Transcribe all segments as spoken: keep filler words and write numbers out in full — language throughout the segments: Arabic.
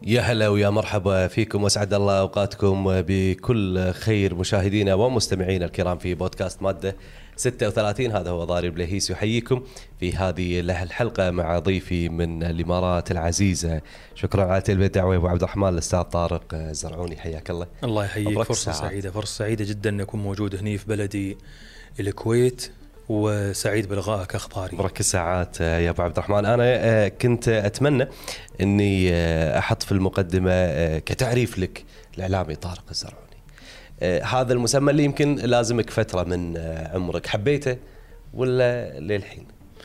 يا هلا ويا مرحبا فيكم واسعد الله اوقاتكم بكل خير مشاهدينا ومستمعينا الكرام في بودكاست ماده ستة وثلاثين. هذا هو ضارب لهيس يحييكم في هذه الحلقه مع ضيفي من الامارات العزيزه. شكرا على تلبيه الدعوه ابو عبد الرحمن الاستاذ طارق الزرعوني، حياك الله. الله يحييك، فرصه ساعات. سعيده فرصه سعيده جدا ان اكون موجود هنا في بلدي الكويت، وسعيد بلغائك اخباري. بركة ساعات يا ابو عبد الرحمن. انا كنت اتمنى اني احط في المقدمه كتعريف لك الاعلامي طارق الزرعوني. هذا المسمى اللي يمكن لازمك فتره من عمرك، حبيته ولا للحين؟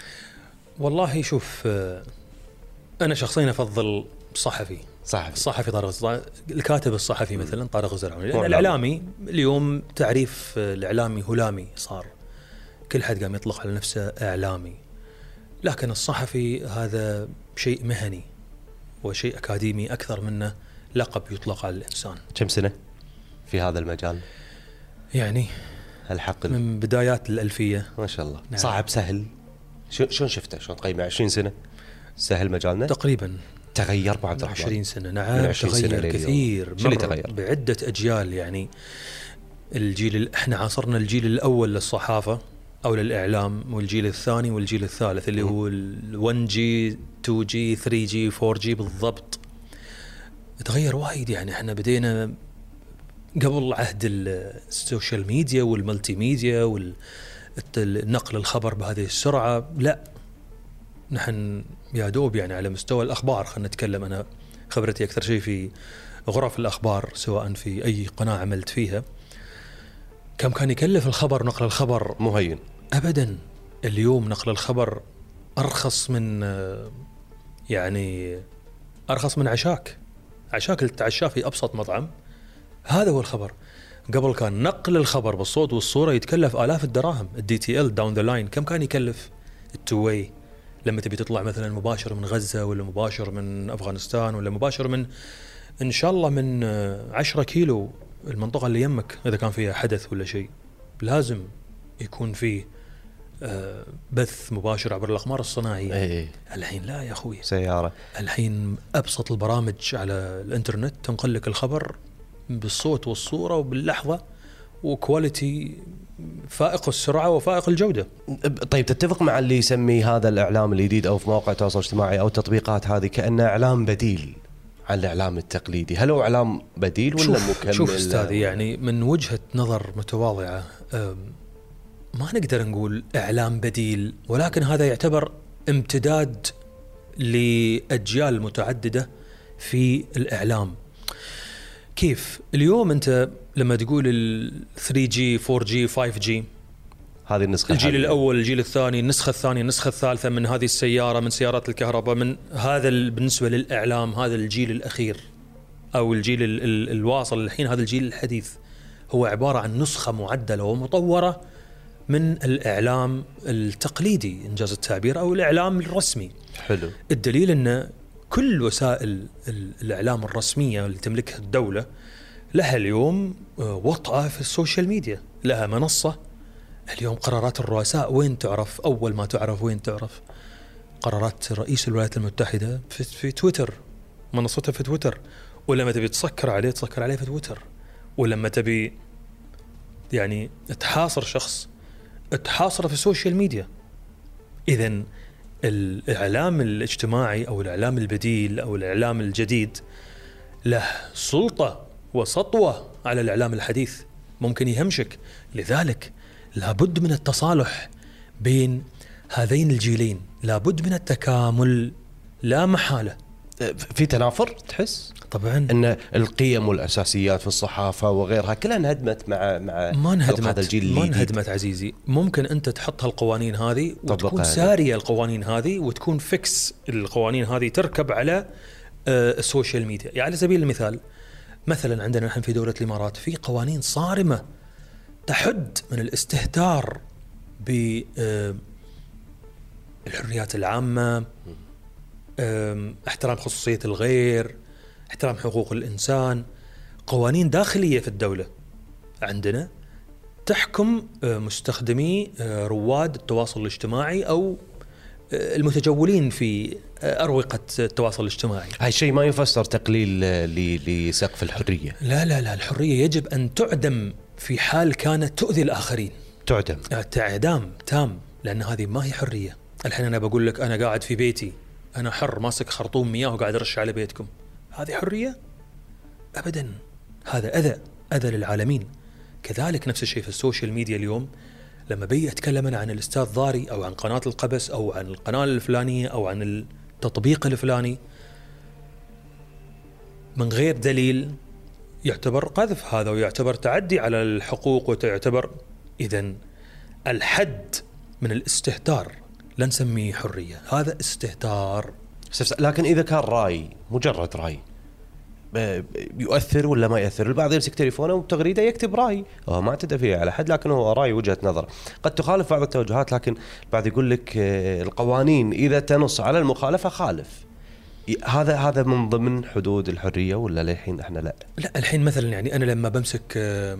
والله شوف، انا شخصيا افضل صحفي صحفي الصحفي طارق، الكاتب الصحفي مثلا طارق الزرعوني، لان الاعلامي اليوم تعريف الاعلامي هلامي صار، كل حد قام يطلق على نفسه اعلامي، لكن الصحفي هذا شيء مهني وشيء اكاديمي اكثر منه لقب يطلق على الانسان. كم سنه في هذا المجال؟ يعني الحق من بدايات الألفية. ما شاء الله. نعم. صعب سهل؟ شلون شفته؟ شلون تقيمه؟ عشرين سنه سهل مجالنا؟ تقريبا تغير بعد الرحمن عشرين سنة. نعم تغير كثير، شو اللي تغير؟ بعدة أجيال. يعني الجيل احنا عاصرنا الجيل الأول للصحافة أو للإعلام، والجيل الثاني والجيل الثالث اللي هو ال ون جي تو جي ثري جي فور جي بالضبط. تغير وايد، يعني احنا بدينا قبل عهد السوشيال ميديا والملتي ميديا والنقل الخبر بهذه السرعة. لا، نحن يا دوب يعني على مستوى الأخبار، خلنا نتكلم، أنا خبرتي أكثر شيء في غرف الأخبار سواء في أي قناة عملت فيها. كم كان يكلف الخبر، نقل الخبر مهين أبدا. اليوم نقل الخبر أرخص من يعني أرخص من عشاك عشاك اللي تتعشاه في أبسط مطعم. هذا هو الخبر. قبل كان نقل الخبر بالصوت والصورة يتكلف آلاف الدراهم. الدي تي ال داون ذا لاين كم كان يكلف؟ التوي لما تبي تطلع مثلا مباشر من غزة ولا مباشر من أفغانستان ولا مباشر من إن شاء الله من عشرة كيلو المنطقة اللي يمك، إذا كان فيها حدث ولا شيء لازم يكون فيه بث مباشر عبر الأقمار الصناعية. أي. الحين لا يا أخوي، سيارة. الحين أبسط البرامج على الإنترنت تنقل لك الخبر بالصوت والصورة وباللحظة، وكواليتي فائق السرعة وفائق الجودة. طيب تتفق مع اللي يسمي هذا الإعلام الجديد أو في مواقع التواصل الاجتماعي أو التطبيقات هذه كأنه إعلام بديل عن الإعلام التقليدي؟ هل هو إعلام بديل ولا مكمل؟ شوف أستاذي، يعني من وجهة نظر متواضعة ما نقدر نقول إعلام بديل، ولكن هذا يعتبر امتداد لأجيال متعددة في الإعلام. كيف اليوم أنت لما تقول ال ثري جي فور جي فايف جي، هذه النسخة، الجيل الأول الجيل الثاني النسخة الثانية النسخة الثالثة من هذه السيارة، من سيارات الكهرباء، من هذا بالنسبة للإعلام هذا الجيل الأخير أو الجيل ال ال الواصل الحين، هذا الجيل الحديث هو عبارة عن نسخة معدلة ومطورة من الإعلام التقليدي إنجاز التعبير أو الإعلام الرسمي. حلو. الدليل أن كل وسائل الإعلام الرسمية اللي تملكها الدولة لها اليوم وطأة في السوشيال ميديا، لها منصة. اليوم قرارات الرؤساء وين تعرف؟ أول ما تعرف وين تعرف؟ قرارات رئيس الولايات المتحدة في, في تويتر، منصتها في تويتر. ولما تبي تسكر عليه تسكر عليه في تويتر، ولما تبي يعني تحاصر شخص تحاصره في السوشيال ميديا. إذن الإعلام الاجتماعي أو الإعلام البديل أو الإعلام الجديد له سلطة وسطوة على الإعلام الحديث، ممكن يهمشك. لذلك لابد من التصالح بين هذين الجيلين، لابد من التكامل لا محالة. في تنافر تحس؟ طبعا ان القيم والاساسيات في الصحافه وغيرها كلها انهدمت مع مع ما انهدمت هذا الجيل ما انهدمت عزيزي. ممكن انت تحط هالقوانين هذه وتكون ساريه القوانين هذه وتكون فيكس القوانين هذه تركب على آه السوشيال ميديا. يعني على سبيل المثال مثلا عندنا نحن في دوله الامارات في قوانين صارمه تحد من الاستهتار ب آه الحريات العامه، آه احترام خصوصيه الغير، احترام حقوق الإنسان. قوانين داخلية في الدولة عندنا تحكم مستخدمي رواد التواصل الاجتماعي أو المتجولين في أروقة التواصل الاجتماعي. هاي الشيء ما يفسر تقليل لسقف الحرية. لا لا لا، الحرية يجب أن تعدم في حال كانت تؤذي الآخرين. تعدم إعدام تام، لأن هذه ما هي حرية. الحين أنا بقول لك أنا قاعد في بيتي، أنا حر ماسك خرطوم مياه وقاعد أرش على بيتكم، هذه حرية؟ أبدا، هذا أذى، أذى للعالمين. كذلك نفس الشيء في السوشيال ميديا اليوم. لما بي أتكلم عن الأستاذ ضاري أو عن قناة القبس أو عن القناة الفلانية أو عن التطبيق الفلاني من غير دليل، يعتبر قذف هذا، ويعتبر تعدي على الحقوق، ويعتبر إذن الحد من الاستهتار لا نسميه حرية، هذا استهتار. لكن إذا كان رأي، مجرد رأي، يؤثر ولا ما يؤثر؟ البعض يمسك تليفونه وبتغريده يكتب رأي، هو ما اعتدى فيه على حد، لكن هو رأي، وجهة نظر قد تخالف بعض التوجهات، لكن بعض يقول لك القوانين إذا تنص على المخالفة خالف. هذا هذا من ضمن حدود الحرية ولا للحين احنا لا؟ لا، الحين مثلا يعني أنا لما بمسك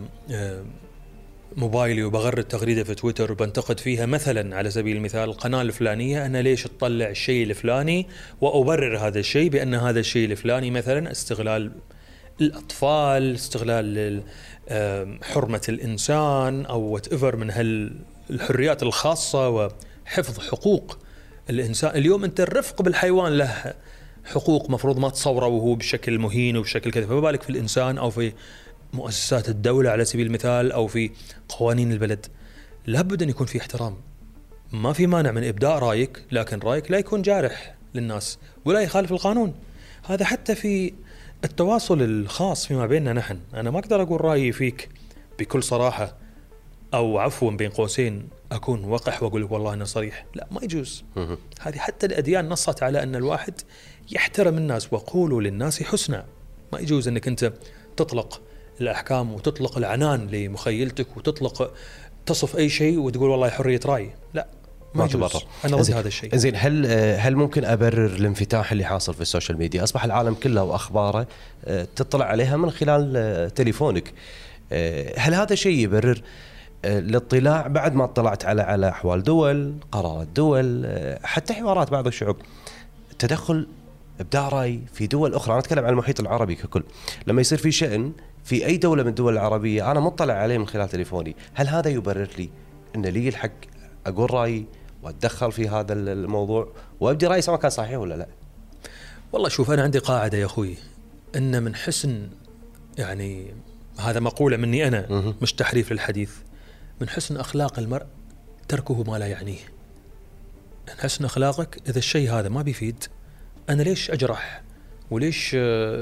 موبايلي وبغرد تغريدة في تويتر وبنتقد فيها مثلا على سبيل المثال القناة الفلانية، أنا ليش تطلع الشيء الفلاني، وأبرر هذا الشيء بأن هذا الشيء الفلاني مثلا استغلال الأطفال، استغلال حرمة الإنسان أو whatever من هالحريات الخاصة وحفظ حقوق الإنسان. اليوم أنت الرفق بالحيوان له حقوق مفروض ما تصوره وهو بشكل مهين وبشكل كذا، فما بالك في الإنسان أو في مؤسسات الدولة على سبيل المثال أو في قوانين البلد. لابد أن يكون في احترام. ما في مانع من إبداء رأيك، لكن رأيك لا يكون جارح للناس ولا يخالف القانون. هذا حتى في التواصل الخاص فيما بيننا نحن. أنا ما أقدر أقول رأيي فيك بكل صراحة أو عفوا بين قوسين أكون وقح وأقول والله أنا صريح، لا، ما يجوز. هذه حتى الأديان نصت على أن الواحد يحترم الناس، وقولوا للناس حسنا. ما يجوز أنك أنت تطلق الأحكام وتطلق العنان لمخيلتك وتطلق تصف أي شيء وتقول والله حرية رأي، لا، ما يجوز. أنا ضد هذا الشيء. زين، هل هل ممكن أبرر الانفتاح اللي حاصل في السوشيال ميديا؟ أصبح العالم كله وأخباره تطلع عليها من خلال تليفونك. هل هذا شيء يبرر الاطلاع بعد ما اطلعت على على أحوال دول، قرارات دول، حتى حوارات بعض الشعوب، تدخل إبداء رأي في دول أخرى؟ أنا أتكلم عن المحيط العربي ككل. لما يصير في شأن في أي دولة من الدول العربية أنا مطلع عليه من خلال تليفوني، هل هذا يبرر لي أن لي الحق أقول رأيي وأتدخل في هذا الموضوع وأبدي رأيي سواء كان صحيح ولا لا؟ والله شوف، أنا عندي قاعدة يا أخوي، أن من حسن، يعني هذا مقولة مني أنا مش تحريف للحديث، من حسن أخلاق المرء تركه ما لا يعنيه. من حسن أخلاقك إذا الشيء هذا ما بيفيد، أنا ليش أجرح وليش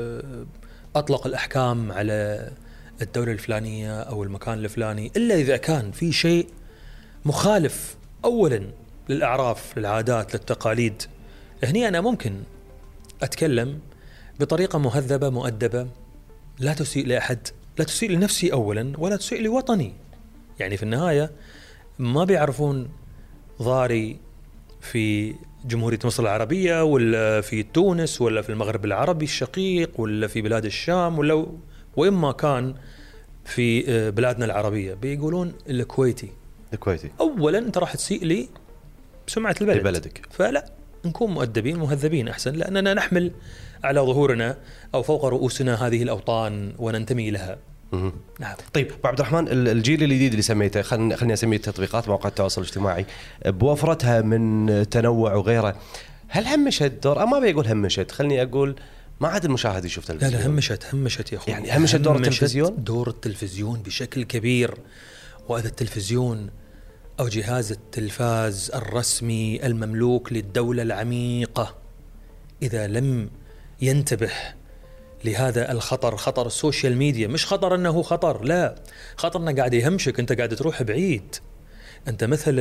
أطلق الأحكام على الدولة الفلانية أو المكان الفلاني، إلا إذا كان في شيء مخالف أولا للأعراف، للعادات، للتقاليد. هني أنا ممكن أتكلم بطريقة مهذبة مؤدبة، لا تسيء لأحد، لا تسيء لنفسي أولا ولا تسيء لوطني. يعني في النهاية ما بيعرفون ضاري في جمهورية مصر العربية ولا في تونس ولا في المغرب العربي الشقيق ولا في بلاد الشام ولا وإما كان في بلادنا العربية، بيقولون الكويتي. الكويتي أولا أنت راح تسيء لي بسمعة البلد لبلدك، فلا، نكون مؤدبين مهذبين أحسن، لأننا نحمل على ظهورنا أو فوق رؤوسنا هذه الأوطان وننتمي لها. نعم. طيب أبو عبد الرحمن، الجيل الجديد اللي سميته، خلني خلني اسميه تطبيقات مواقع التواصل الاجتماعي بوفرتها من تنوع وغيره، هل همشت دور؟ ما بيقول همشت، خلني اقول ما عاد المشاهد يشوف تلفزيون. لا لا، همشت همشت يا اخوي، يعني همشت دور التلفزيون، دور التلفزيون بشكل كبير. وهذا التلفزيون او جهاز التلفاز الرسمي المملوك للدولة العميقة إذا لم ينتبه لهذا الخطر، خطر السوشيال ميديا، مش خطر أنه خطر، لا، خطر أنه قاعد يهمشك، أنت قاعد تروح بعيد، أنت مثل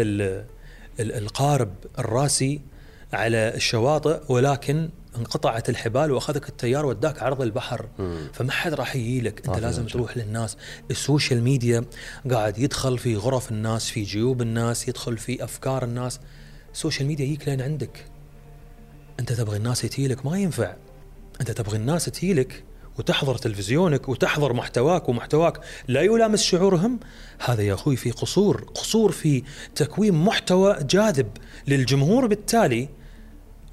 القارب الراسي على الشواطئ ولكن انقطعت الحبال وأخذك التيار وداك عرض البحر، فما حد راح يجيلك، أنت لازم تروح للناس. السوشيال ميديا قاعد يدخل في غرف الناس، في جيوب الناس، يدخل في أفكار الناس. السوشيال ميديا يجيك لين عندك، أنت تبغي الناس يتيلك ما ينفع، أنت تبغي الناس تهيلك وتحضر تلفزيونك وتحضر محتواك ومحتواك لا يلامس شعورهم. هذا يا أخوي في قصور قصور في تكوين محتوى جاذب للجمهور، بالتالي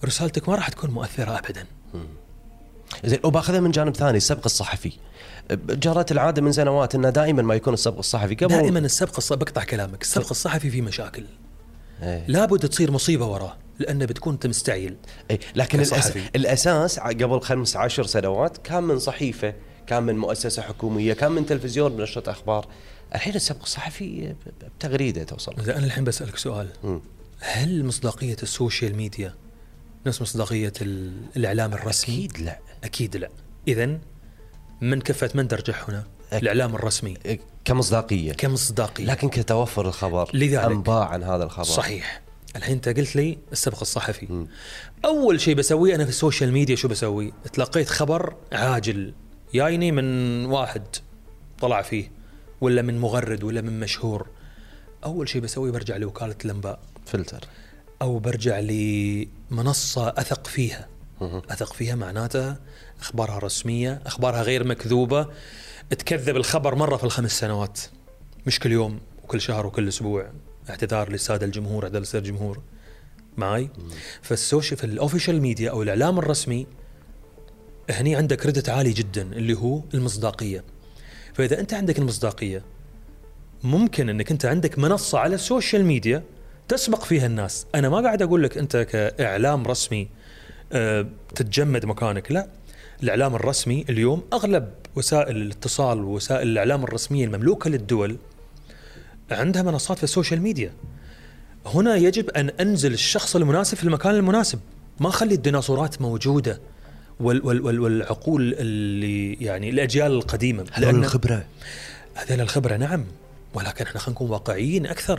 رسالتك ما راح تكون مؤثرة أبدا. زين، وباخذها من جانب ثاني، السبق الصحفي. جرت العادة من سنوات أنه دائما ما يكون السبق الصحفي قبل. دائما السبق الصحفي، بقطع كلامك، السبق الصحفي فيه مشاكل. ايه. لابد تصير مصيبة وراه لأنه بتكون أنت مستعجل. ايه. لكن الأس... الأساس قبل خمس عشر سنوات كان من صحيفة، كان من مؤسسة حكومية، كان من تلفزيون بنشرة أخبار. الحين السبق الصحفي بتغريدة توصل. أنا الحين بسألك سؤال، م. هل مصداقية السوشيال ميديا نفس مصداقية الإعلام الرسمي؟ أكيد لا. أكيد لا. إذن من كفة من ترجح هنا؟ أك... الإعلام الرسمي كمصداقية. كمصداقية، لكن كتوفر الخبر، أنباء عن هذا الخبر. صحيح. الحين أنت قلت لي السبق الصحفي. م. أول شيء بسويه أنا في السوشيال ميديا شو بسوي؟ تلقيت خبر عاجل جايني من واحد طلع فيه، ولا من مغرد، ولا من مشهور، أول شيء بسويه برجع لوكالة الأنباء، فلتر، أو برجع لمنصة أثق فيها. م. أثق فيها معناتها أخبارها رسمية، أخبارها غير مكذوبة، تكذب الخبر مرة في الخمس سنوات، مش كل يوم وكل شهر وكل أسبوع. اعتذار للسادة الجمهور، اعتذار للسادة الجمهور معي. فالسوشيال، في الأوفيشال ميديا أو الإعلام الرسمي، هني عندك ردة عالي جدا اللي هو المصداقية. فإذا أنت عندك المصداقية، ممكن أنك أنت عندك منصة على السوشيال ميديا تسبق فيها الناس. أنا ما قاعد أقول لك أنت كإعلام رسمي أه تتجمد مكانك، لا. الإعلام الرسمي اليوم أغلب وسائل الاتصال ووسائل الإعلام الرسمية المملوكة للدول عندها منصات في السوشيال ميديا. هنا يجب أن أنزل الشخص المناسب في المكان المناسب، ما خلي الديناصورات موجودة وال وال وال والعقول اللي يعني الأجيال القديمة. هذول الخبرة، هذول الخبرة نعم، ولكن احنا خلينا نكون واقعيين أكثر.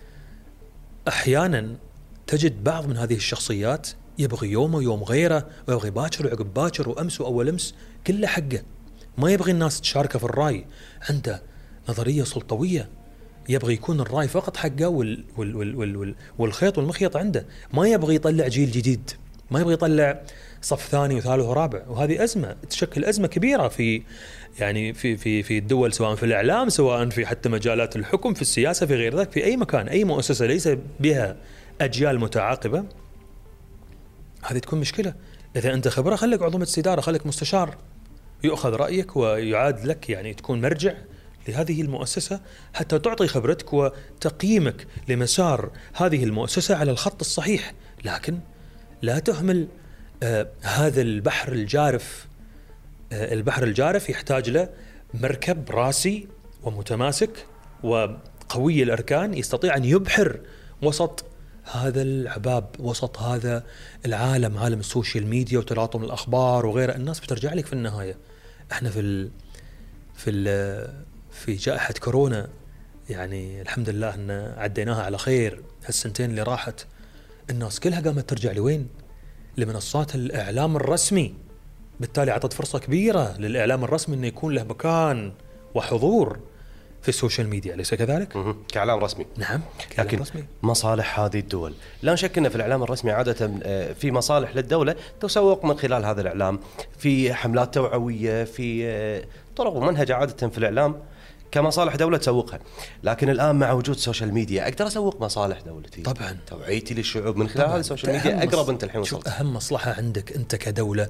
أحيانا تجد بعض من هذه الشخصيات يبغي يوم ويوم غيره، ويبغي باكر وعقب باكر وأمس وأول أمس، كله حقه، ما يبغي الناس تشاركه في الرأي، عنده نظرية سلطوية، يبغي يكون الرأي فقط حقه وال وال وال وال وال والخيط والمخيط عنده، ما يبغي يطلع جيل جديد، ما يبغي يطلع صف ثاني وثالث ورابع. وهذه أزمة تشكل أزمة كبيرة في يعني في في في الدول، سواء في الإعلام، سواء في حتى مجالات الحكم، في السياسة، في غير ذلك، في أي مكان، أي مؤسسة ليس بها أجيال متعاقبة، هذه تكون مشكلة. إذا أنت خبرة خليك عضو مجلس إدارة، خليك مستشار، يؤخذ رأيك ويعاد لك، يعني تكون مرجع لهذه المؤسسة حتى تعطي خبرتك وتقييمك لمسار هذه المؤسسة على الخط الصحيح. لكن لا تهمل آه هذا البحر الجارف. آه البحر الجارف يحتاج له مركب راسي ومتماسك وقوي الأركان، يستطيع أن يبحر وسط هذا العباب، وسط هذا العالم، عالم السوشيال ميديا وتلاطم الأخبار وغيره. الناس بترجع لك في النهاية. احنا في ال في ال في جائحة كورونا يعني الحمد لله أن عديناها على خير. هالسنتين اللي راحت الناس كلها قامت ترجع لوين؟ لمنصات الإعلام الرسمي. بالتالي عطت فرصة كبيرة للإعلام الرسمي أنه يكون له مكان وحضور في السوشيال ميديا، أليس كذلك؟ كإعلام رسمي. نعم، لكن رسمي. مصالح هذه الدول، لا شك أن في الإعلام الرسمي عادة في مصالح للدولة تسوق من خلال هذا الإعلام، في حملات توعوية، في طرق ومنهجة عادة في الإعلام كمصالح دولة تسوقها. لكن الآن مع وجود السوشيال ميديا أقدر أسوق مصالح دولتي، طبعا توعيتي للشعوب من خلال هذا السوشيال ميديا. أقرب أنت الحين وصلت. أهم مصلحة عندك أنت كدولة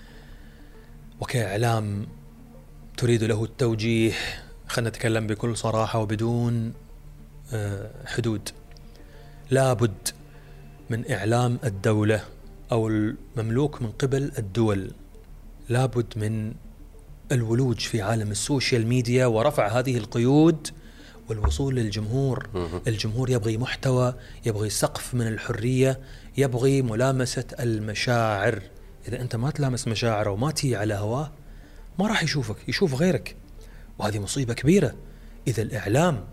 وكإعلام تريد له التوجيه، خلنا نتكلم بكل صراحة وبدون حدود، لابد من إعلام الدولة أو المملوك من قبل الدول، لابد من الولوج في عالم السوشيال ميديا ورفع هذه القيود والوصول للجمهور. الجمهور يبغي محتوى، يبغي سقف من الحرية، يبغي ملامسة المشاعر. إذا أنت ما تلامس مشاعره وما تي على هواه ما راح يشوفك، يشوف غيرك، وهذه مصيبة كبيرة. إذا الإعلام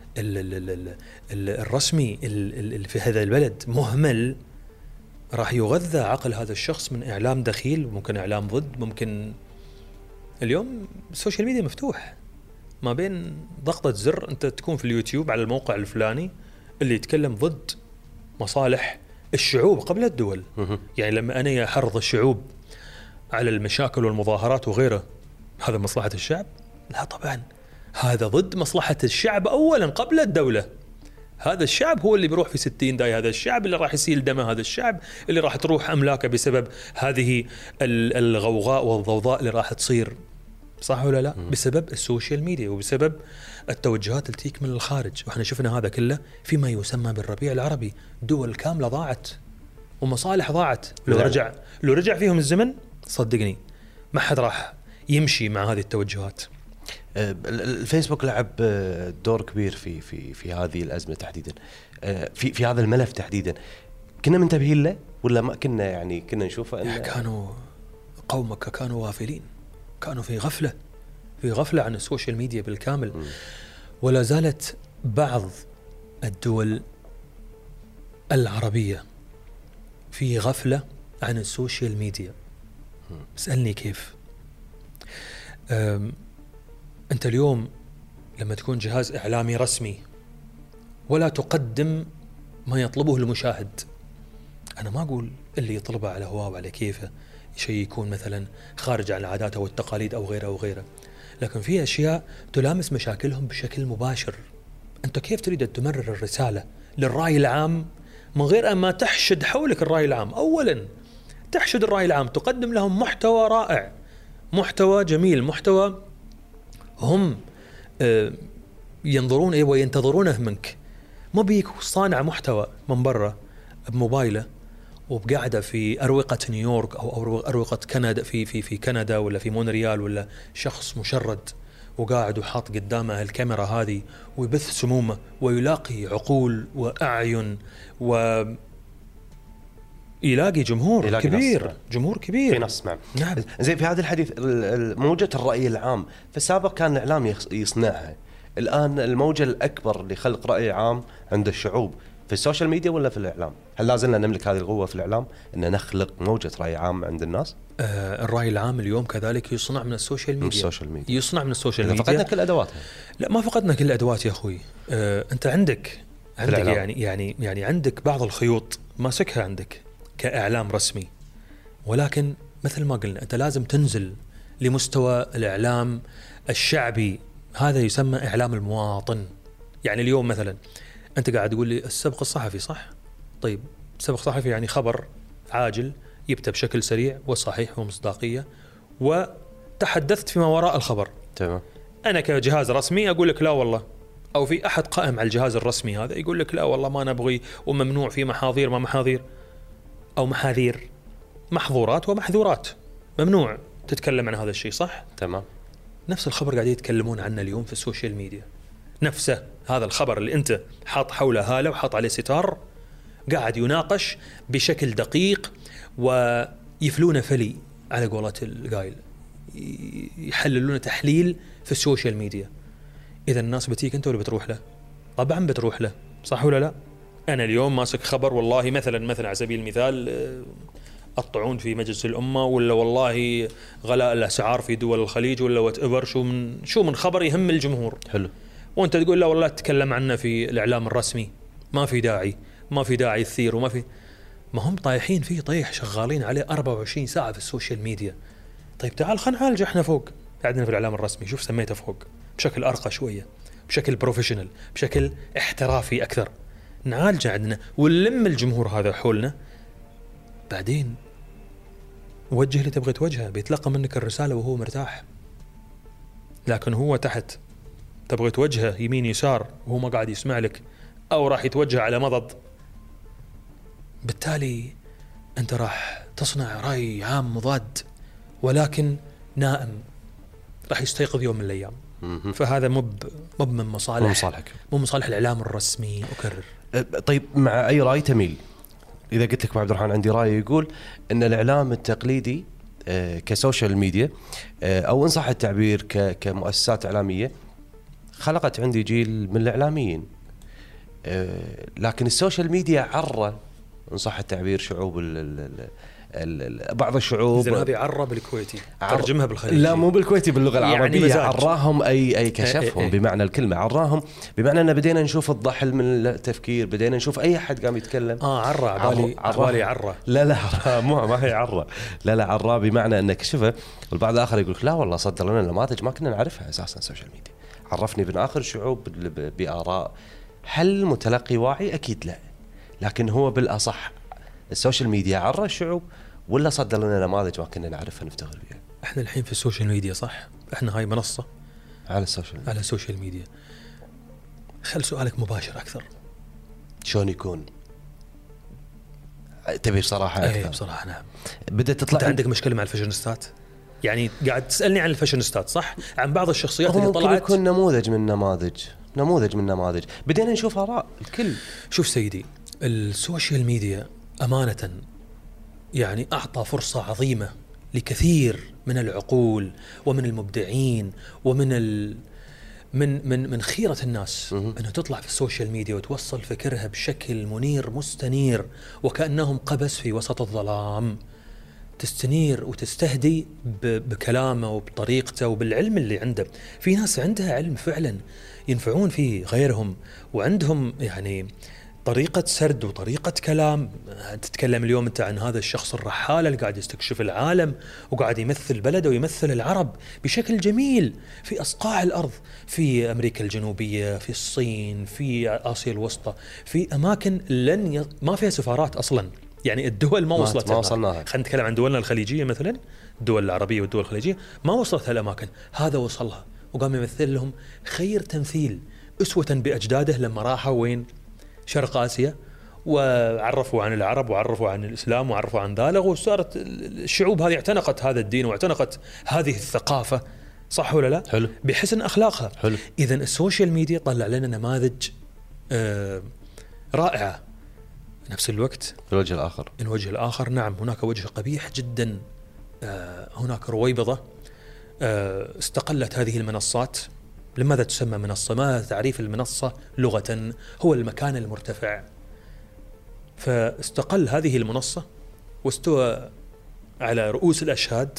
الرسمي اللي في هذا البلد مهمل راح يغذى عقل هذا الشخص من إعلام دخيل، ممكن إعلام ضد. ممكن اليوم السوشيال ميديا مفتوح، ما بين ضغطة زر أنت تكون في اليوتيوب على الموقع الفلاني اللي يتكلم ضد مصالح الشعوب قبل الدول. يعني لما أنا أحرض الشعوب على المشاكل والمظاهرات وغيره، هذا مصلحة الشعب؟ لا طبعا، هذا ضد مصلحة الشعب أولا قبل الدولة. هذا الشعب هو اللي بيروح في ستين داي، هذا الشعب اللي راح يسيل دمه، هذا الشعب اللي راح تروح أملاكه بسبب هذه الغوغاء والضوضاء اللي راح تصير، صح ولا لا؟ بسبب السوشيال ميديا وبسبب التوجهات اللي تيك من الخارج. واحنا شفنا هذا كله فيما يسمى بالربيع العربي، دول كاملة ضاعت ومصالح ضاعت. لو رجع لو رجع فيهم الزمن صدقني ما حد راح يمشي مع هذه التوجهات. الفيسبوك لعب دور كبير في في في هذه الأزمة تحديدا، في في هذا الملف تحديدا. كنا منتبهين له ولا ما كنا؟ يعني كنا نشوفه أن كانوا قومك كانوا غافلين، كانوا في غفلة في غفلة عن السوشيال ميديا بالكامل. م. ولا زالت بعض الدول العربية في غفلة عن السوشيال ميديا. م. اسألني كيف؟ أنت اليوم لما تكون جهاز إعلامي رسمي ولا تقدم ما يطلبه المشاهد، أنا ما أقول اللي يطلبه على هواه وعلى كيفه، شيء يكون مثلا خارج عن العادات أو التقاليد أو غيره وغيره، لكن في أشياء تلامس مشاكلهم بشكل مباشر. أنت كيف تريد أن تمرر الرسالة للرأي العام من غير أن ما تحشد حولك الرأي العام؟ أولا تحشد الرأي العام، تقدم لهم محتوى رائع، محتوى جميل، محتوى هم ينظرون إيه وينتظرونه منك. ما بيك صانع محتوى من برا بموبايله وبقاعدة في أروقة نيويورك أو أروقة كندا، في في في كندا ولا في مونريال، ولا شخص مشرد وقاعد وحاط قدامه الكاميرا هذه ويبث سمومه ويلاقي عقول وأعين ويلاقي جمهور يلاقي كبير، نص. جمهور كبير في نص. نعم. نعم. زي في هذا الحديث موجة الرأي العام في السابق كان الإعلام يصنعها، الآن الموجة الأكبر لخلق رأي عام عند الشعوب في السوشيال ميديا ولا في الإعلام؟ هل لازلنا نملك هذه القوة في الإعلام أن نخلق موجة رأي عام عند الناس؟ آه الرأي العام اليوم كذلك يصنع من السوشيال ميديا. من السوشيال ميديا يصنع من السوشيال ميديا. فقدنا كل أدواتها. لا ما فقدنا كل الأدوات يا أخوي. آه أنت عندك عندك يعني يعني يعني عندك بعض الخيوط ماسكها عندك كإعلام رسمي، ولكن مثل ما قلنا أنت لازم تنزل لمستوى الإعلام الشعبي، هذا يسمى إعلام المواطن. يعني اليوم مثلا أنت قاعد تقول لي السبق الصحفي، صح؟ طيب سبق صحفي يعني خبر عاجل يبتى بشكل سريع وصحيح ومصداقية، وتحدثت فيما وراء الخبر. تمام. أنا كجهاز رسمي أقول لك لا والله، أو في أحد قائم على الجهاز الرسمي هذا يقول لك لا والله ما نبغي وممنوع، في محاضير ما محاضير أو محاذير، محظورات ومحذورات، ممنوع تتكلم عن هذا الشيء، صح؟ تمام. نفس الخبر قاعدين يتكلمون عنه اليوم في السوشيال ميديا، نفسه هذا الخبر اللي أنت حاط حوله هالة وحاط عليه ستار قاعد يناقش بشكل دقيق ويفلون فلي على قولة القائل، يحللون تحليل في السوشيال ميديا. إذا الناس بتيك أنت ولا بتروح له؟ طبعا بتروح له، صح ولا لا؟ أنا اليوم ماسك خبر والله مثلا مثلا على سبيل المثال الطاعون في مجلس الأمة، ولا والله غلاء الأسعار في دول الخليج، ولا وات ايفر، شو من شو من خبر يهم الجمهور. حلو. وأنت تقول لا والله تتكلم عنه في الإعلام الرسمي، ما في داعي، ما في داعي يثير وما في، ما هم طايحين فيه طيح، شغالين عليه أربعة وعشرين ساعة في السوشيال ميديا. طيب تعال خلينا نعالج احنا فوق، قاعدين في الإعلام الرسمي، شوف سميته فوق بشكل أرقى شوية، بشكل بروفيشنال، بشكل احترافي أكثر، نعالج عندنا ونلم الجمهور هذا حولنا. بعدين وجه اللي تبغي توجهه، بيتلقى منك الرسالة وهو مرتاح. لكن هو تحت تبغي توجهه يمين يسار وهو ما قاعد يسمع لك، أو راح يتوجه على مضض، بالتالي أنت راح تصنع رأي عام مضاد ولكن نائم، راح يستيقظ يوم من الأيام. فهذا مب مب من مصالح مصالحك، مو مصالح الإعلام الرسمي. أكرر. طيب مع أي رأي تميل؟ إذا قلت لك عبد الرحمن عندي رأي يقول إن الإعلام التقليدي كسوشيال ميديا أو إن صح التعبير كمؤسسات إعلامية خلقت عندي جيل من الإعلاميين، لكن السوشيال ميديا عرّ إن صح التعبير شعوب ال ال ال بعض الشعوب. إذن هذه عرّ بالكويتي، ترجمها بالخليجي. لا مو بالكويتي، باللغة العربية. يعني عراهم أي أي كشفهم ايه ايه. بمعنى الكلمة عراهم، بمعنى أن بدينا نشوف الضحل من التفكير، بدينا نشوف أي أحد قام يتكلم. آه عرّ عبالي عبالي عرّ. لا لا مو ما هي عرّ، لا لا عرّ بمعنى أنك شفه. والبعض الآخر يقول لا والله صدر لنا نماذج ما كنا نعرفها أساسا السوشيال ميديا، عرفني بين آخر الشعوب بآراء هل المتلقي واعي؟ أكيد لا، لكن هو بالأصح السوشيال ميديا عرى الشعوب ولا صدر لنا نماذج ما كنا نعرفها نفتخر بها؟ احنا الحين في السوشيال ميديا، صح؟ احنا هاي منصة على السوشيال ميديا. على السوشيال ميديا. خل سؤالك مباشر أكثر. شلون يكون؟ تبي بصراحة أكثر؟ ايه بصراحة نعم. بدأت تطلع. أنت عندك مشكلة مع الفاشينيستات؟ يعني قاعد تسألني عن الفاشينيستات صح؟ عن بعض الشخصيات اللي طلعت. ممكن يكون نموذج من نماذج نموذج من نماذج بدينا نشوف آراء الكل. شوف سيدي، السوشيال ميديا أمانة يعني أعطى فرصة عظيمة لكثير من العقول ومن المبدعين ومن ال من من من خيرة الناس أنها تطلع في السوشيال ميديا وتوصل فكرها بشكل منير مستنير، وكأنهم قبس في وسط الظلام، تستنير وتستهدي بكلامه وبطريقته وبالعلم اللي عنده. في ناس عندها علم فعلا ينفعون فيه غيرهم، وعندهم يعني طريقة سرد وطريقة كلام. تتكلم اليوم أنت عن هذا الشخص الرحالة اللي قاعد يستكشف العالم وقاعد يمثل بلده ويمثل العرب بشكل جميل في أصقاع الأرض، في أمريكا الجنوبية، في الصين، في آسيا الوسطى، في أماكن لن ي... ما فيها سفارات أصلاً. يعني الدول ما وصلت، ما وصلناها. خلينا نتكلم عن دولنا الخليجية مثلاً، الدول العربية والدول الخليجية ما وصلت هالأماكن، هذا وصلها وقام يمثل لهم خير تمثيل أسوة بأجداده لما راحوا وين؟ شرق آسيا، وعرفوا عن العرب وعرفوا عن الإسلام وعرفوا عن ذلك، وصارت الشعوب هذه اعتنقت هذا الدين واعتنقت هذه الثقافة، صح ولا لا؟ حلو. بحسن أخلاقها. حلو. إذن السوشيال ميديا طلع لنا نماذج آه رائعة. نفس الوقت في الوجه الآخر الوجه الآخر نعم هناك وجه قبيح جدا. آه هناك رويبضة آه استقلت هذه المنصات. لماذا تسمى منصة؟ ما تعريف المنصة لغة؟ هو المكان المرتفع. فاستقل هذه المنصة واستوى على رؤوس الأشهاد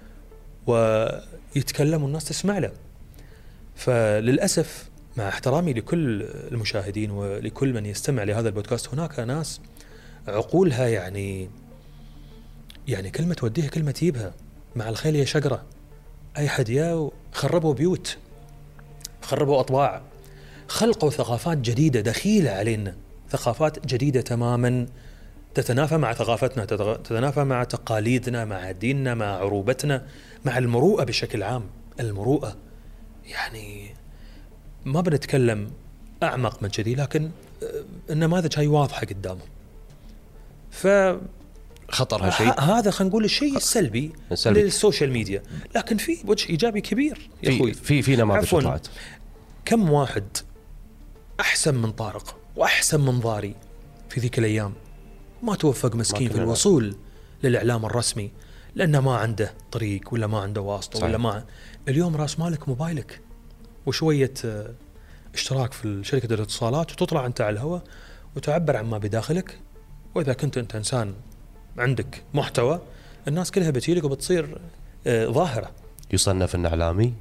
ويتكلم والناس تسمع له. فللأسف مع احترامي لكل المشاهدين ولكل من يستمع لهذا البودكاست، هناك ناس عقولها يعني يعني كلمة توديها كلمة تجيبها، مع الخيل يا شقرة. أي حد يا خربوا بيوت، خربوا أطباع، خلقوا ثقافات جديدة دخيلة علينا، ثقافات جديدة تماما تتنافى مع ثقافتنا، تتنافى مع تقاليدنا، مع ديننا، مع عروبتنا، مع المروءة بشكل عام. المروءة يعني ما بنتكلم أعمق من كذي، لكن النماذج هاي واضحة قدامهم. ف خطرها شيء هذا خلينا نقول الشيء السلبي, السلبي للسوشيال ميديا، لكن في وجه إيجابي كبير يا في أخوي. في في نماذج طلعت. كم واحد أحسن من طارق وأحسن من ضاري في ذيك الأيام ما توفق مسكين في الوصول للإعلام الرسمي لأنه ما عنده طريق ولا ما عنده واسطة. صحيح. ولا ما اليوم راس مالك موبايلك وشوية اشتراك في شركة الاتصالات وتطلع أنت على الهواء وتعبر عن ما بداخلك. وإذا كنت أنت إنسان عندك محتوى، الناس كلها بتجيلك وبتصير آه ظاهرة. يصنف إنه إعلامي.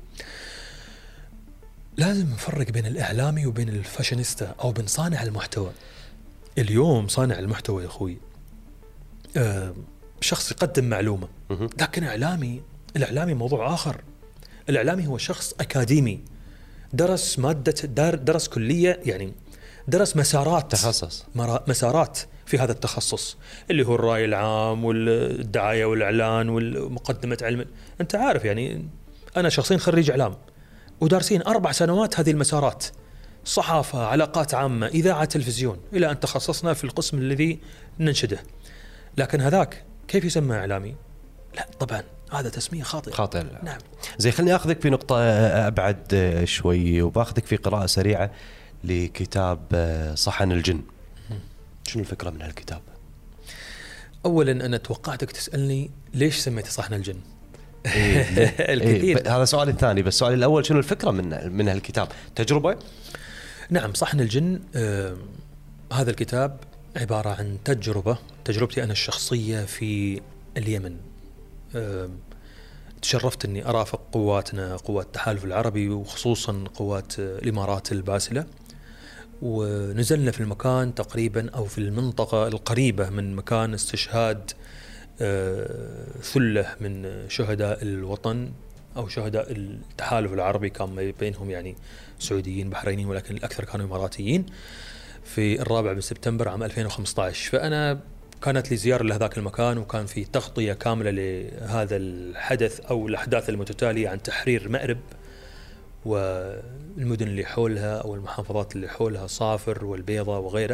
لازم نفرق بين الإعلامي وبين الفاشينيستا أو بين صانع المحتوى. اليوم صانع المحتوى يا أخوي آه شخص يقدم معلومة، لكن إعلامي الإعلامي موضوع آخر. الإعلامي هو شخص أكاديمي درس مادة، درس كلية، يعني درس مسارات تخصص مسارات في هذا التخصص اللي هو الرأي العام والدعاية والإعلان والمقدمة علم. أنت عارف يعني أنا شخصيا خريج إعلام ودارسين أربع سنوات هذه المسارات، صحافة، علاقات عامة، إذاعة، تلفزيون، إلى أن تخصصنا في القسم الذي ننشده. لكن هذاك كيف يسمى إعلامي؟ لا طبعا هذا تسمية خاطئة. خاطئة. نعم. زي خلني أخذك في نقطة أبعد شوي وباخذك في قراءة سريعة لكتاب صحن الجن. شنو الفكرة من هالكتاب؟ أولا أنا توقعتك تسألني ليش سميته صحن الجن. إيه الكثير. إيه هذا سؤالي الثاني، بس سؤالي الأول شنو الفكرة من من هالكتاب؟ تجربة؟ نعم، صحن الجن آه هذا الكتاب عبارة عن تجربة تجربتي أنا الشخصية في اليمن. آه تشرفت أني أرافق قواتنا، قوات التحالف العربي وخصوصا قوات الإمارات الباسلة، ونزلنا في المكان تقريبا أو في المنطقة القريبة من مكان استشهاد آه ثلة من شهداء الوطن أو شهداء التحالف العربي، كان بينهم يعني سعوديين بحرينيين ولكن الأكثر كانوا إماراتيين، في الرابع من سبتمبر عام ألفين وخمسة عشر. فأنا كانت لي زيارة لهذاك المكان، وكان في تغطية كاملة لهذا الحدث أو الأحداث المتتالية عن تحرير مأرب والمدن اللي حولها أو المحافظات اللي حولها، صافر والبيضة وغيره.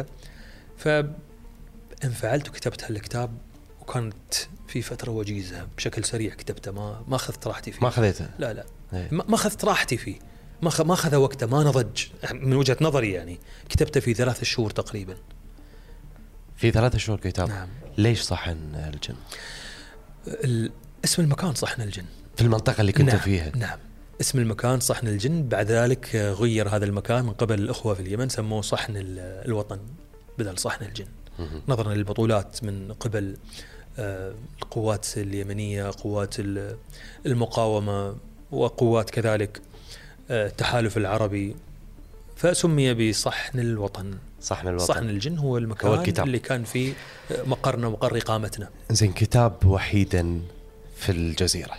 فانفعلت وكتبت هالكتاب، وكانت في فترة وجيزة، بشكل سريع كتبته، ما ما أخذت راحتي فيه. ما خذيته؟ لا لا هي. ما أخذت راحتي فيه، ما ما أخذ وقته، ما نضج من وجهة نظري يعني. كتبته في ثلاث شهور تقريبا. في ثلاث شهور كتاب؟ نعم. ليش صحن الجن؟ اسم المكان صحن الجن، في المنطقة اللي كنت نعم. فيها. نعم، اسم المكان صحن الجن. بعد ذلك غير هذا المكان من قبل الأخوة في اليمن، سموه صحن الوطن بدل صحن الجن، نظرا للبطولات من قبل القوات اليمنية، قوات المقاومة، وقوات كذلك التحالف العربي، فسمي بصحن الوطن. صحن الوطن. صحن الجن هو المكان هو اللي كان فيه مقرنا مقر إقامتنا. زين، كتاب وحيدا في الجزيرة.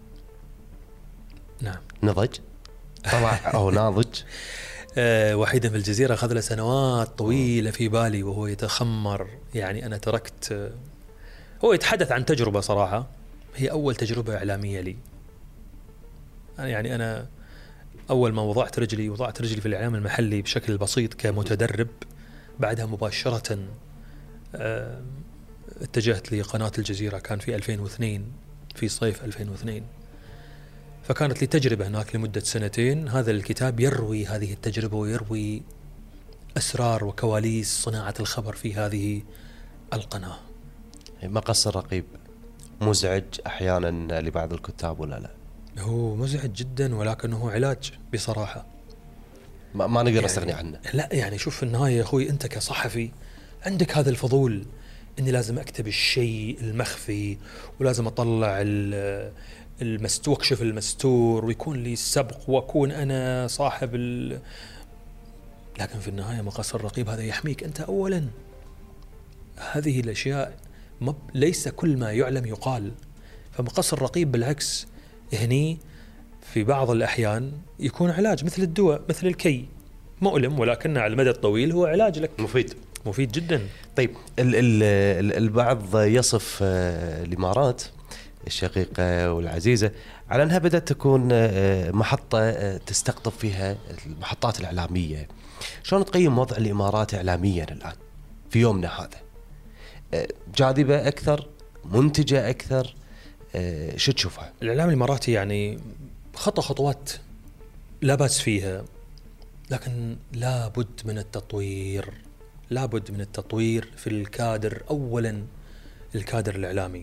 نعم. نضج طلع أو ناضج؟ أه وحيدا في الجزيرة أخذ له سنوات طويلة في بالي وهو يتخمر. يعني أنا تركت، هو يتحدث عن تجربة صراحة هي أول تجربة إعلامية لي. يعني أنا أول ما وضعت رجلي وضعت رجلي في الإعلام المحلي بشكل بسيط كمتدرب، بعدها مباشرة أه اتجهت لقناة الجزيرة، كان في ألفين واثنين، في صيف ألفين واثنين، فكانت لي تجربة هناك لمدة سنتين. هذا الكتاب يروي هذه التجربة ويروي أسرار وكواليس صناعة الخبر في هذه القناة. مقص الرقيب مزعج أحيانا لبعض الكتاب ولا لا؟ هو مزعج جدا، ولكنه علاج بصراحة، ما, ما نقدر يعني نستغني عنه. لا يعني شوف، في النهاية يا أخوي أنت كصحفي عندك هذا الفضول إني لازم أكتب الشيء المخفي، ولازم أطلع المستور، أكشف المستور، ويكون لي السبق، وأكون أنا صاحب ال... لكن في النهاية مقص الرقيب هذا يحميك أنت أولا. هذه الأشياء ما ليس كل ما يعلم يقال. فمقص الرقيب بالعكس هني في بعض الأحيان يكون علاج، مثل الدواء، مثل الكي، مؤلم ولكن على المدى الطويل هو علاج لك، مفيد مفيد جدا. طيب ال ال البعض يصف الإمارات الشقيقة والعزيزة على أنها بدأت تكون محطة تستقطب فيها المحطات الإعلامية. شلون تقيم وضع الإمارات إعلاميا الآن في يومنا هذا؟ جاذبة أكثر، منتجة أكثر، شو تشوفها؟ الإعلام الإماراتي يعني خطى خطوات لا بأس فيها، لكن لا بد من التطوير، لا بد من التطوير في الكادر. أولا الكادر الإعلامي،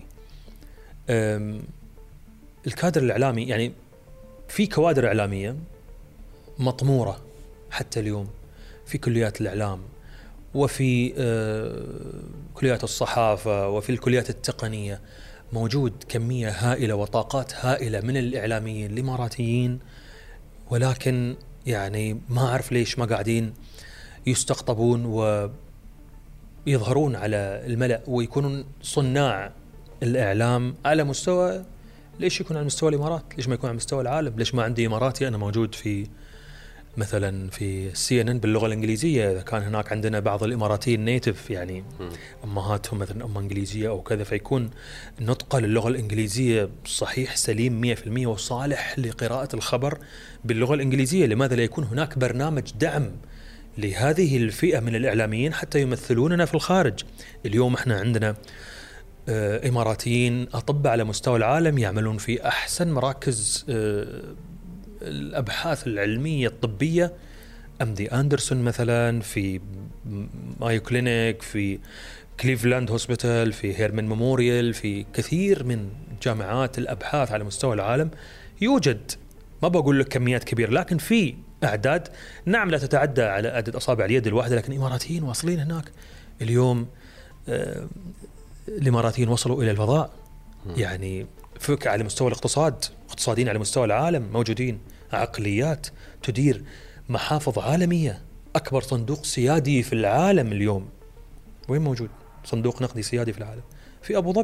الكادر الإعلامي يعني في كوادر إعلامية مطمورة حتى اليوم في كليات الإعلام، وفي كليات الصحافة، وفي الكليات التقنية، موجود كمية هائلة وطاقات هائلة من الإعلاميين الإماراتيين، ولكن يعني ما أعرف ليش ما قاعدين يستقطبون ويظهرون على الملأ ويكونون صناع الإعلام على مستوى. ليش يكون على مستوى الإمارات؟ ليش ما يكون على مستوى العالم؟ ليش ما عندي إماراتي أنا موجود في مثلا في سي ان ان باللغة الإنجليزية؟ إذا كان هناك عندنا بعض الإماراتيين نيتف، يعني أمهاتهم مثلا أم إنجليزية أو كذا، فيكون نطق اللغة الإنجليزية صحيح سليم مية في المية وصالح لقراءة الخبر باللغة الإنجليزية. لماذا لا يكون هناك برنامج دعم لهذه الفئة من الإعلاميين حتى يمثلوننا في الخارج؟ اليوم احنا عندنا إماراتيين أطباء على مستوى العالم يعملون في أحسن مراكز الأبحاث العلمية الطبية، أمدي أندرسون مثلا، في مايو كلينيك، في كليفلاند هوسبيتال، في هيرمان ميموريال، في كثير من جامعات الأبحاث على مستوى العالم يوجد. ما بقول لك كميات كبيرة، لكن في أعداد نعم لا تتعدى على عدد أصابع اليد الواحدة، لكن إماراتيين واصلين هناك. اليوم آه الإماراتيين وصلوا إلى الفضاء، يعني فك على مستوى الاقتصاد، اقتصاديين على مستوى العالم موجودين، عقليات تدير محافظ عالمية. أكبر صندوق سيادي في العالم اليوم وين موجود؟ صندوق نقدي سيادي في العالم في أبو ظبي.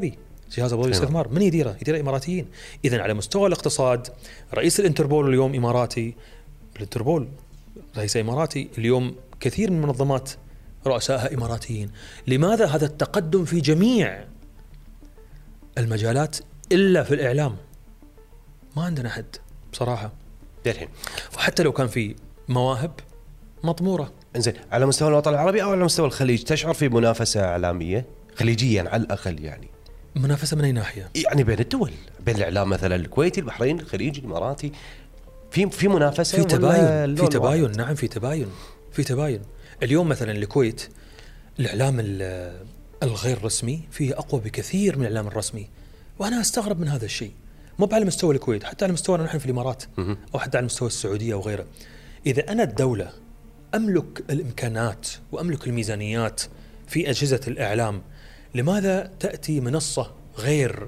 جهاز ابو ظبي للاستثمار من يديره؟ يديره اماراتيين. اذا على مستوى الاقتصاد رئيس الانتربول اليوم اماراتي، الانتربول رئيسه اماراتي، اليوم كثير من المنظمات رؤسائها اماراتيين. لماذا هذا التقدم في جميع المجالات الا في الاعلام؟ ما عندنا حد بصراحه. الحين وحتى لو كان في مواهب مطموره. انزين، على مستوى الوطن العربي او على مستوى الخليج تشعر في منافسه اعلاميه خليجيا على الاقل؟ يعني منافسه من اي ناحيه؟ يعني بين الدول، بين الاعلام مثلا الكويتي، البحرين، الخليجي، الاماراتي، في في منافسه، في تباين، في تباين واحد؟ نعم في تباين، في تباين. اليوم مثلا الكويت الاعلام الغير رسمي فيه اقوى بكثير من الاعلام الرسمي، وانا استغرب من هذا الشيء. مو على مستوى الكويت، حتى على مستوى نحن في الامارات او حتى على مستوى السعوديه وغيره. اذا انا الدوله املك الامكانات واملك الميزانيات في اجهزه الاعلام، لماذا تاتي منصه غير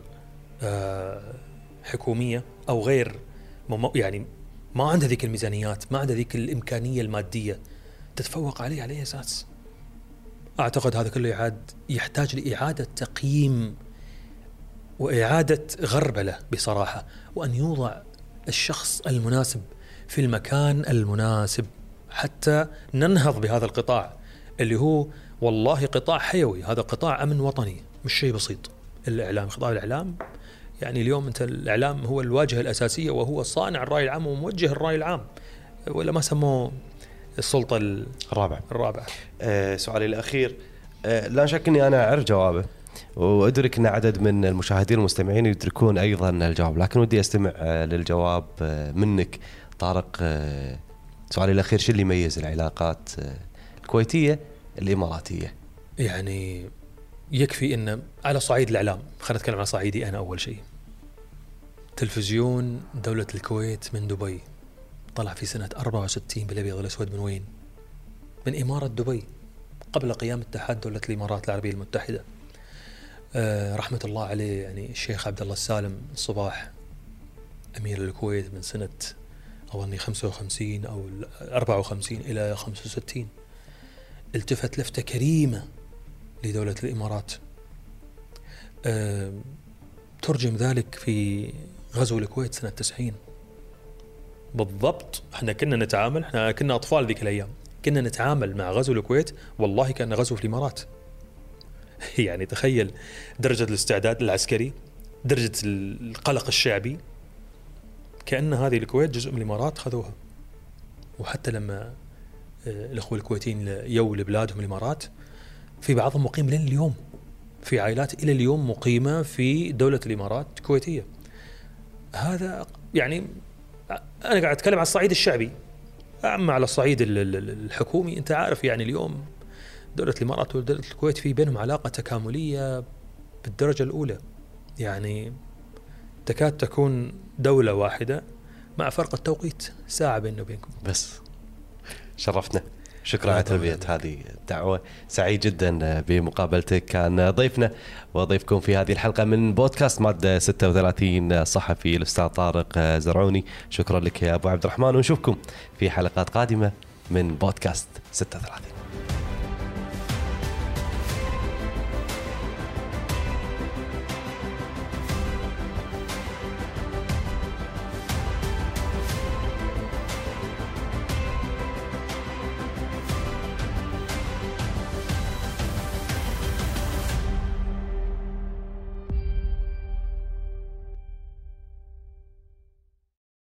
حكوميه او غير يعني ما عندها ذيك الميزانيات، ما عندها ذيك الامكانيه الماديه، تتفوق عليه على اي اساس؟ اعتقد هذا كله يعاد يحتاج لاعاده تقييم واعاده غربله بصراحه، وان يوضع الشخص المناسب في المكان المناسب حتى ننهض بهذا القطاع اللي هو والله قطاع حيوي. هذا قطاع امن وطني، مش شيء بسيط. الاعلام، قطاع الاعلام يعني اليوم انت الاعلام هو الواجهه الاساسيه، وهو صانع الراي العام وموجه الراي العام، ولا ما سموه السلطه الرابعه الرابعه. أه سؤالي الاخير، أه لا شك اني انا اعرف جوابه، وادرك ان عدد من المشاهدين والمستمعين يدركون ايضا الجواب، لكن ودي استمع أه للجواب أه منك طارق. أه سؤالي الاخير، شو اللي يميز العلاقات أه الكويتيه الاماراتيه؟ يعني يكفي ان على صعيد الاعلام، خلينا نتكلم على صعيدي انا اول شيء. تلفزيون دوله الكويت من دبي طلع في سنه أربعة وستين بالابيض والاسود. من وين؟ من اماره دبي، قبل قيام اتحاد دوله الامارات العربيه المتحده. أه رحمه الله عليه، يعني الشيخ عبد الله السالم الصباح امير الكويت من سنه اظني خمسة وخمسين او أربعة وخمسين الى خمسة وستين، التفت لفتة كريمة لدولة الإمارات. أه ترجم ذلك في غزو الكويت سنة تسعين بالضبط. احنا كنا نتعامل، احنا كنا أطفال ذيك الأيام، كنا نتعامل مع غزو الكويت والله كان غزو في الإمارات. يعني تخيل درجة الاستعداد العسكري، درجة القلق الشعبي، كأن هذه الكويت جزء من الإمارات خذوها. وحتى لما الأخوة الكويتيين يو لبلادهم الإمارات، في بعضهم مقيم لين اليوم، في عائلات إلى اليوم مقيمة في دولة الإمارات الكويتية. هذا يعني أنا قاعد أتكلم على الصعيد الشعبي. أما على الصعيد الحكومي أنت عارف يعني اليوم دولة الإمارات ودولة الكويت في بينهم علاقة تكاملية بالدرجة الأولى، يعني تكاد تكون دولة واحدة مع فرق التوقيت ساعة بيننا وبينكم بس. شرفتنا، شكرا على تلبية هذه الدعوة. سعيد جدا بمقابلتك. كان ضيفنا وضيفكم في هذه الحلقة من بودكاست مادة ستة وثلاثين صحفي الأستاذ طارق زرعوني. شكرا لك يا أبو عبد الرحمن، ونشوفكم في حلقات قادمة من بودكاست ستة وثلاثين.